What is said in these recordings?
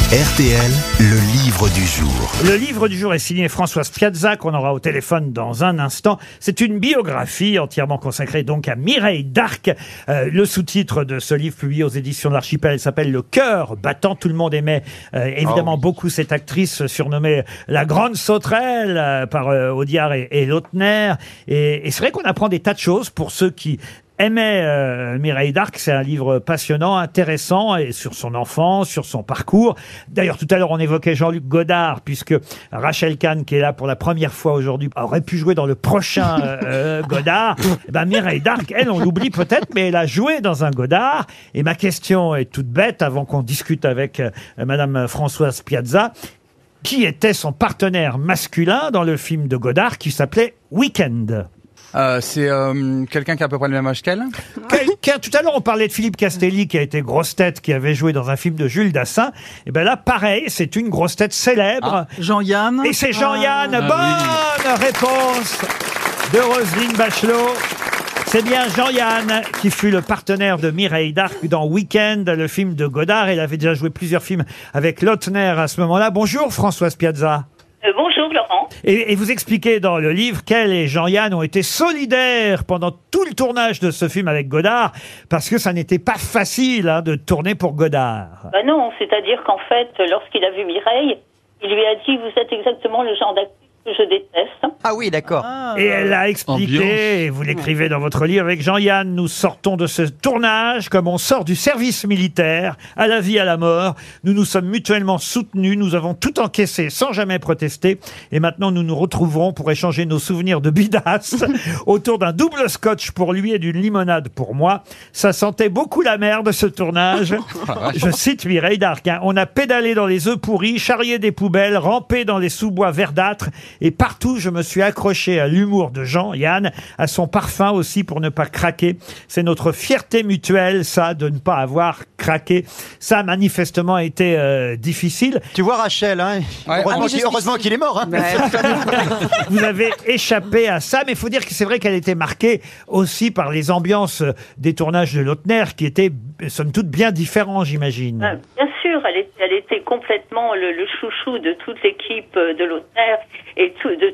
RTL, le livre du jour. Le livre du jour est signé Françoise Piazza, qu'on aura au téléphone dans un instant. C'est une biographie entièrement consacrée donc à Mireille d'Arc. Le sous-titre de ce livre publié aux éditions de l'Archipel s'appelle Le cœur battant. Tout le monde aimait évidemment beaucoup cette actrice surnommée la grande sauterelle par Audiard et Lautner. Et c'est vrai qu'on apprend des tas de choses pour ceux qui aimait Mireille d'Arc. C'est un livre passionnant, intéressant, et sur son enfance, sur son parcours. D'ailleurs, tout à l'heure, on évoquait Jean-Luc Godard, puisque Rachel Kahn, qui est là pour la première fois aujourd'hui, aurait pu jouer dans le prochain Godard. Et ben, Mireille d'Arc, elle, on l'oublie peut-être, mais elle a joué dans un Godard. Et ma question est toute bête, avant qu'on discute avec Madame Françoise Piazza. Qui était son partenaire masculin dans le film de Godard qui s'appelait Weekend? C'est quelqu'un qui a à peu près le même âge qu'elle. Tout à l'heure, on parlait de Philippe Castelli, qui a été grosse tête, qui avait joué dans un film de Jules Dassin. Et ben là, pareil, c'est une grosse tête célèbre. Jean-Yann. Et c'est Jean-Yann. Bonne réponse de Roselyne Bachelot. C'est bien Jean-Yann qui fut le partenaire de Mireille d'Arc dans Weekend, le film de Godard. Elle avait déjà joué plusieurs films avec Lautner à ce moment-là. Bonjour Françoise Piazza. Bonjour Laurent. Et vous expliquez dans le livre qu'elle et Jean-Yann ont été solidaires pendant tout le tournage de ce film avec Godard, parce que ça n'était pas facile de tourner pour Godard. Non, c'est-à-dire qu'en fait, lorsqu'il a vu Mireille, il lui a dit « Vous êtes exactement le genre d'actrice que je déteste. » Ah oui, d'accord. Et elle a expliqué, et vous l'écrivez dans votre livre, avec Jean-Yann, nous sortons de ce tournage comme on sort du service militaire, à la vie, à la mort. Nous nous sommes mutuellement soutenus, nous avons tout encaissé sans jamais protester. Et maintenant, nous nous retrouverons pour échanger nos souvenirs de bidasse autour d'un double scotch pour lui et d'une limonade pour moi. Ça sentait beaucoup la merde, ce tournage. Je cite Mireille d'Arc. On a pédalé dans les œufs pourris, charrié des poubelles, rampé dans les sous-bois verdâtres. Et partout, je me suis accroché à l'humour de Jean-Yann, à son parfum aussi pour ne pas craquer. C'est notre fierté mutuelle, ça, de ne pas avoir craqué. Ça, manifestement, a été difficile. Tu vois Rachel, hein Ouais. Heureusement qu'il est mort. Hein. Vous avez échappé à ça, mais il faut dire que c'est vrai qu'elle était marquée aussi par les ambiances des tournages de Lautner, qui étaient, somme toute, bien différents, j'imagine. Bien sûr, elle était complètement le chouchou de toute l'équipe de Lautner et de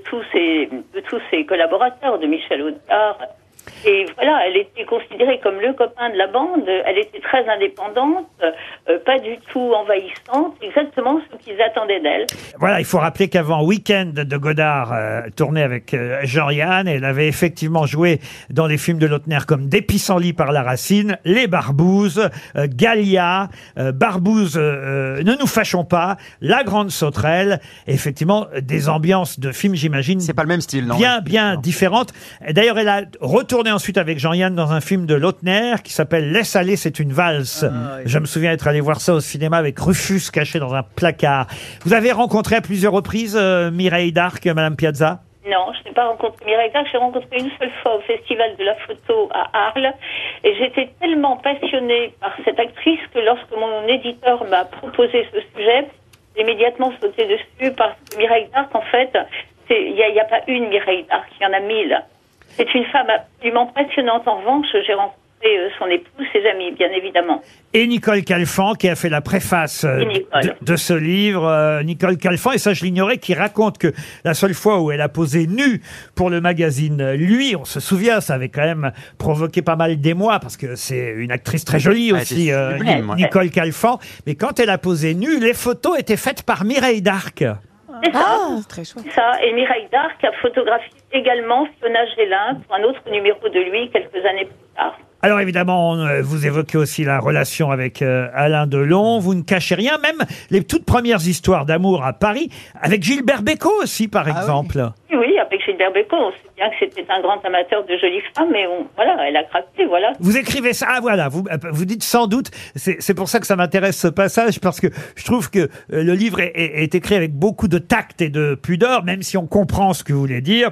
tous ses collaborateurs, de Michel Audiard. Et voilà, elle était considérée comme le copain de la bande. Elle était très indépendante, pas du tout envahissante, exactement ce qu'ils attendaient d'elle. Voilà, il faut rappeler qu'avant Weekend de Godard tournait avec Jean-Yann, elle avait effectivement joué dans les films de Lautner comme Des pissenlits par la racine, Les Barbouzes, Galia, Barbouze, Ne nous fâchons pas, La grande sauterelle. Et effectivement, des ambiances de films, j'imagine. C'est pas le même style, non? Bien différentes. D'ailleurs, elle a retourné ensuite avec Jean-Yann dans un film de Lautner qui s'appelle Laisse aller, c'est une valse. Oui. Je me souviens être allé voir ça au cinéma avec Rufus caché dans un placard. Vous avez rencontré à plusieurs reprises Mireille d'Arc, Madame Piazza? Non, je n'ai pas rencontré Mireille d'Arc. J'ai rencontré une seule fois au Festival de la photo à Arles. Et j'étais tellement passionnée par cette actrice que lorsque mon éditeur m'a proposé ce sujet, j'ai immédiatement sauté dessus parce que Mireille d'Arc, en fait, il n'y a pas une Mireille d'Arc, il y en a 1000. C'est une femme absolument passionnante. En revanche, j'ai rencontré son époux, ses amis, bien évidemment. Et Nicole Calfan, qui a fait la préface de ce livre. Nicole Calfan, et ça je l'ignorais, qui raconte que la seule fois où elle a posé nue pour le magazine Lui, on se souvient, ça avait quand même provoqué pas mal d'émoi, parce que c'est une actrice très jolie aussi, Nicole Calfan. Mais quand elle a posé nue, les photos étaient faites par Mireille d'Arc. C'est ça. C'est très chouette. Ça. Et Mireille d'Arc a photographié également Fiona Gélin pour un autre numéro de lui quelques années plus tard. Alors évidemment, vous évoquez aussi la relation avec Alain Delon. Vous ne cachez rien, même les toutes premières histoires d'amour à Paris, avec Gilbert Bécaud aussi, par exemple. Oui, avec Gilbert Bécaud, on sait bien que c'était un grand amateur de jolies femmes, mais voilà, elle a craqué, voilà. Vous écrivez ça, voilà, vous dites sans doute, c'est pour ça que ça m'intéresse ce passage, parce que je trouve que le livre est écrit avec beaucoup de tact et de pudeur, même si on comprend ce que vous voulez dire.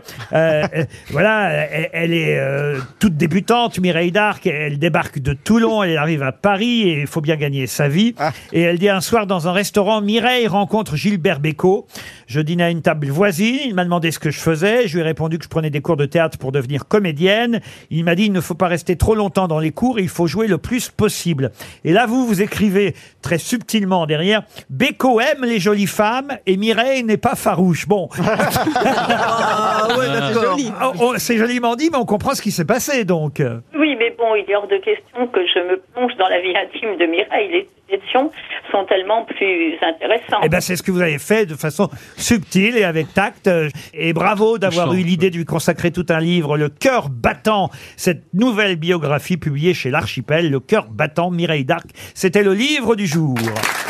Voilà, elle est toute débutante, Mireille d'Arc, elle débarque de Toulon, elle arrive à Paris, et il faut bien gagner sa vie. Et elle dit un soir dans un restaurant, Mireille rencontre Gilbert Bécaud. Je dînais à une table voisine, il m'a demandé ce que je faisais, je lui ai répondu que je prenais des des cours de théâtre pour devenir comédienne. Il m'a dit, il ne faut pas rester trop longtemps dans les cours, il faut jouer le plus possible. Et là, vous écrivez très subtilement derrière, Beko aime les jolies femmes et Mireille n'est pas farouche. Bon. C'est joliment dit, mais on comprend ce qui s'est passé, donc. Oui, mais bon, il est hors de question que je me plonge dans la vie intime de Mireille. Les suggestions sont tellement plus intéressantes. Eh ben, c'est ce que vous avez fait de façon subtile et avec tact. Et bravo d'avoir eu l'idée de lui consacrer tout un livre, Le cœur battant, cette nouvelle biographie publiée chez l'Archipel, Le cœur battant, Mireille Darc. C'était le livre du jour.